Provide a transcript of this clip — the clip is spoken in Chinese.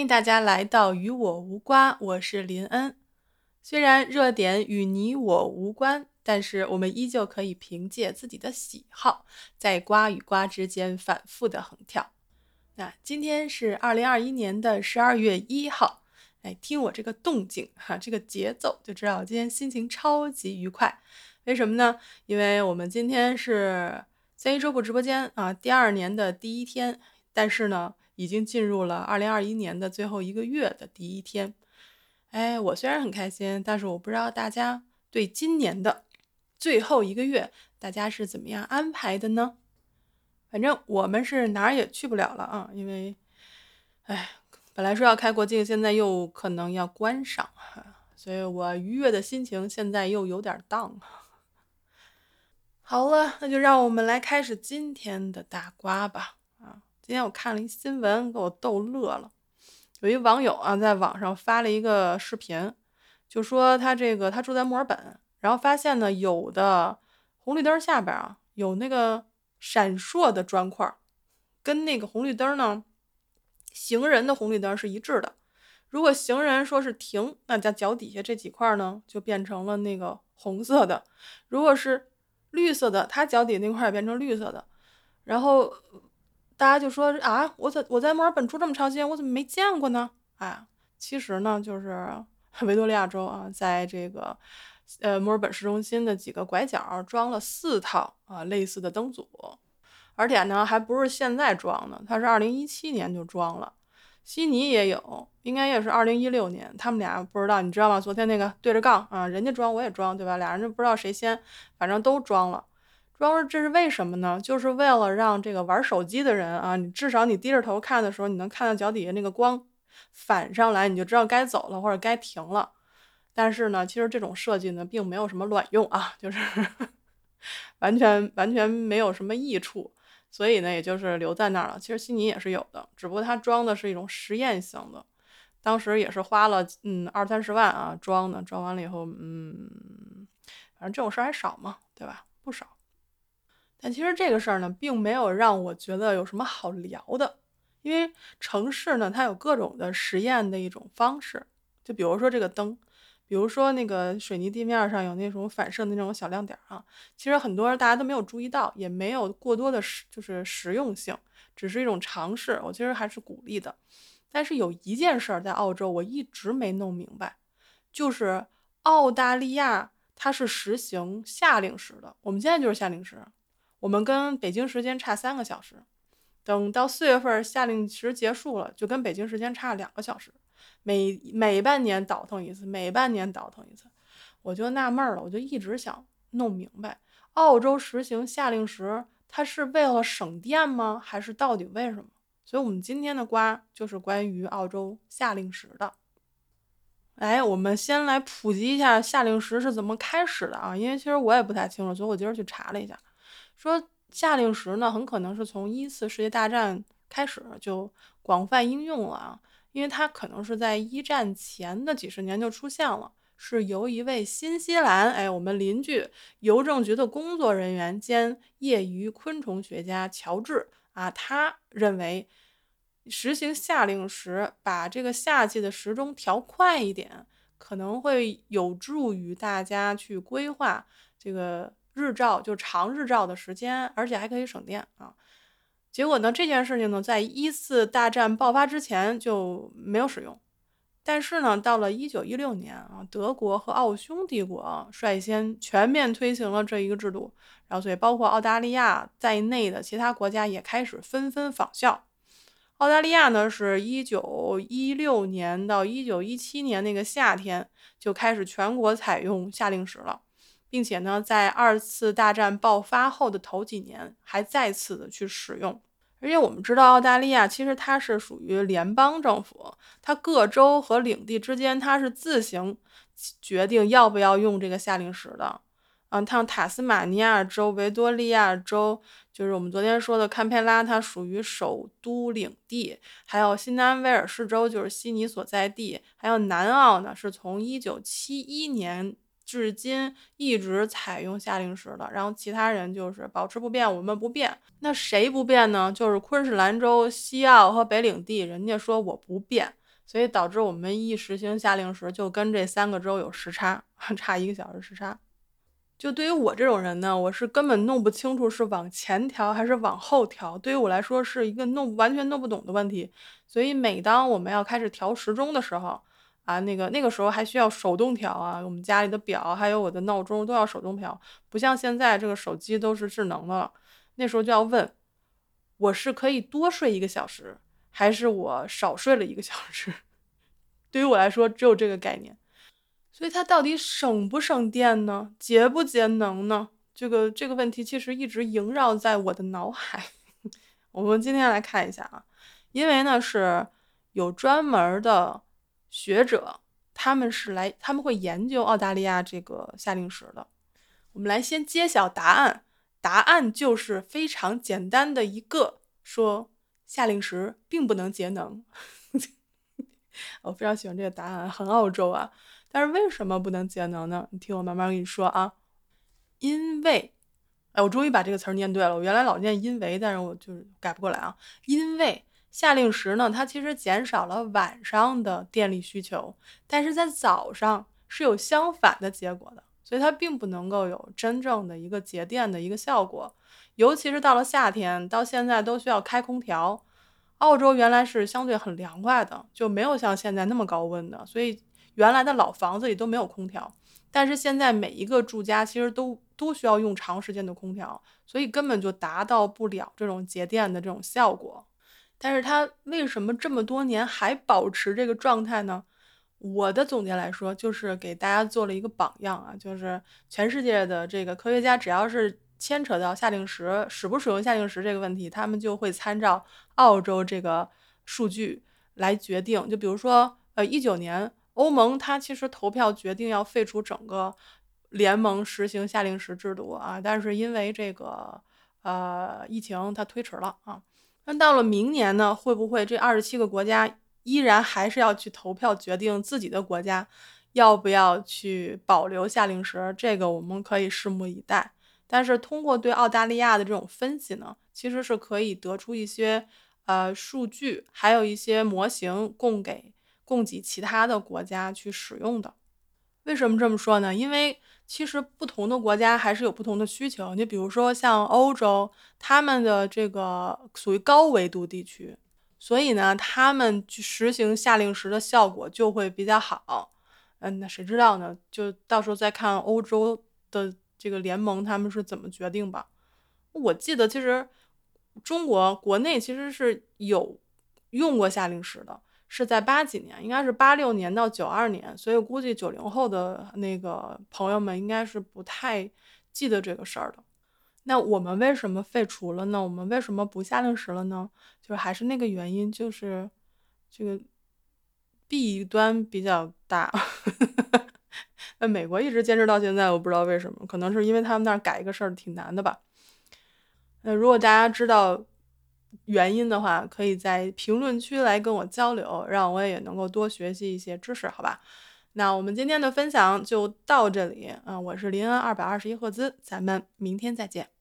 迎大家来到与我无瓜，我是林恩。虽然热点与你我无关，但是我们依旧可以凭借自己的喜好，在瓜与瓜之间反复的横跳。那今天是2021年的12月1号，听我这个动静这个节奏就知道我今天心情超级愉快。为什么呢？因为我们今天是三一周部直播间第2年的第1天，但是呢已经进入了2021年的最后1个月的第1天。我虽然很开心，但是我不知道大家对今年的最后1个月大家是怎么样安排的呢？反正我们是哪儿也去不了了因为本来说要开国境，现在又可能要关上所以我愉悦的心情现在又有点down。好了，那就让我们来开始今天的大瓜吧今天我看了一新闻，给我逗乐了。有一网友在网上发了一个视频，就说他住在墨尔本，然后发现呢有的红绿灯下边有那个闪烁的砖块，跟那个红绿灯呢行人的红绿灯是一致的。如果行人说是停，那在脚底下这几块呢就变成了那个红色的，如果是绿色的，他脚底那块也变成绿色的。然后大家就说我在墨尔本住这么长时间，我怎么没见过呢？其实呢就是维多利亚州在这个墨尔本市中心的几个拐角装了4套类似的灯组，而且呢还不是现在装的，它是2017年就装了。悉尼也有，应该也是2016年，他们俩不知道，你知道吗？昨天那个对着杠人家装我也装，对吧？俩人就不知道谁先，反正都装了。这是为什么呢？就是为了让这个玩手机的人你至少你低着头看的时候，你能看到脚底下那个光反上来，你就知道该走了或者该停了。但是呢，其实这种设计呢并没有什么卵用就是完全没有什么益处，所以呢也就是留在那儿了。其实悉尼也是有的，只不过它装的是一种实验性的，当时也是花了20-30万装的，装完了以后反正这种事儿还少嘛，对吧？不少。但其实这个事儿呢并没有让我觉得有什么好聊的，因为城市呢它有各种的实验的一种方式，就比如说这个灯，比如说那个水泥地面上有那种反射的那种小亮点其实很多人大家都没有注意到，也没有过多的就是实用性，只是一种尝试，我其实还是鼓励的。但是有一件事在澳洲我一直没弄明白，就是澳大利亚它是实行夏令时的，我们现在就是夏令时，我们跟北京时间差3个小时，等到4月份夏令时结束了，就跟北京时间差2个小时，每半年倒腾一次，每半年倒腾一次。我就纳闷了，我就一直想弄明白，澳洲实行夏令时，它是为了省电吗？还是到底为什么？所以我们今天的瓜就是关于澳洲夏令时的。我们先来普及一下夏令时是怎么开始的因为其实我也不太清楚，所以我今儿去查了一下，说夏令时呢很可能是从1次世界大战开始就广泛应用了因为它可能是在1战前的几十年就出现了，是由一位新西兰我们邻居邮政局的工作人员兼业余昆虫学家乔治他认为实行夏令时，把这个夏季的时钟调快一点，可能会有助于大家去规划这个日照，就长日照的时间，而且还可以省电结果呢，这件事情呢，在1次大战爆发之前就没有使用。但是呢，到了1916年德国和奥匈帝国率先全面推行了这一个制度，然后所以包括澳大利亚在内的其他国家也开始纷纷仿效。澳大利亚呢是1916年到1917年那个夏天就开始全国采用夏令时了，并且呢在2次大战爆发后的头几年还再次的去使用。而且我们知道澳大利亚其实它是属于联邦政府，它各州和领地之间它是自行决定要不要用这个夏令时的像塔斯马尼亚州、维多利亚州，就是我们昨天说的堪培拉，它属于首都领地，还有新南威尔士州就是悉尼所在地，还有南澳呢是从1971年至今一直采用夏令时的，然后其他人就是保持不变，我们不变。那谁不变呢？就是昆士兰州、西澳和北领地，人家说我不变， 所以导致我们一实行夏令时就跟这3个州有时差，差1个小时时差。就对于我这种人呢，我是根本弄不清楚是往前调还是往后调，对于我来说是一个完全弄不懂的问题。所以每当我们要开始调时钟的时候，啊，那个时候还需要手动调啊，我们家里的表还有我的闹钟都要手动调，不像现在这个手机都是智能的了。那时候就要问，我是可以多睡1个小时，还是我少睡了1个小时？对于我来说只有这个概念。所以它到底省不省电呢？节不节能呢？这个问题其实一直萦绕在我的脑海。我们今天来看一下啊，因为呢是有专门的学者，他们会研究澳大利亚这个夏令时的。我们来先揭晓答案，答案就是非常简单的一个，说夏令时并不能节能。我非常喜欢这个答案，很澳洲啊。但是为什么不能节能呢？你听我慢慢跟你说啊。因为，哎，我终于把这个词儿念对了。我原来老念因为，但是我就是改不过来啊。因为夏令时呢，它其实减少了晚上的电力需求，但是在早上是有相反的结果的，所以它并不能够有真正的一个节电的一个效果。尤其是到了夏天，到现在都需要开空调。澳洲原来是相对很凉快的，就没有像现在那么高温的，所以原来的老房子里都没有空调。但是现在每一个住家其实都需要用长时间的空调，所以根本就达到不了这种节电的这种效果。但是它为什么这么多年还保持这个状态呢？我的总结来说，就是给大家做了一个榜样啊，就是全世界的这个科学家，只要是牵扯到夏令时使不使用夏令时这个问题，他们就会参照澳洲这个数据来决定。就比如说，19年欧盟它其实投票决定要废除整个联盟实行夏令时制度啊，但是因为这个疫情它推迟了啊。那到了明年呢，会不会这27个国家依然还是要去投票决定自己的国家要不要去保留夏令时？这个我们可以拭目以待。但是通过对澳大利亚的这种分析呢，其实是可以得出一些数据，还有一些模型供给其他的国家去使用的。为什么这么说呢？因为其实不同的国家还是有不同的需求。你比如说像欧洲，他们的这个属于高纬度地区，所以呢，他们去实行夏令时的效果就会比较好。那谁知道呢？就到时候再看欧洲的这个联盟他们是怎么决定吧。我记得其实中国国内其实是有用过夏令时的，是在80几年，应该是86年到92年，所以我估计90后的那个朋友们应该是不太记得这个事儿的。那我们为什么废除了呢？我们为什么不夏令时了呢？就是还是那个原因，就是这个弊端比较大。那美国一直坚持到现在，我不知道为什么，可能是因为他们那儿改一个事儿挺难的吧。那如果大家知道原因的话，可以在评论区来跟我交流，让我也能够多学习一些知识，好吧？那我们今天的分享就到这里，我是林恩221赫兹，咱们明天再见。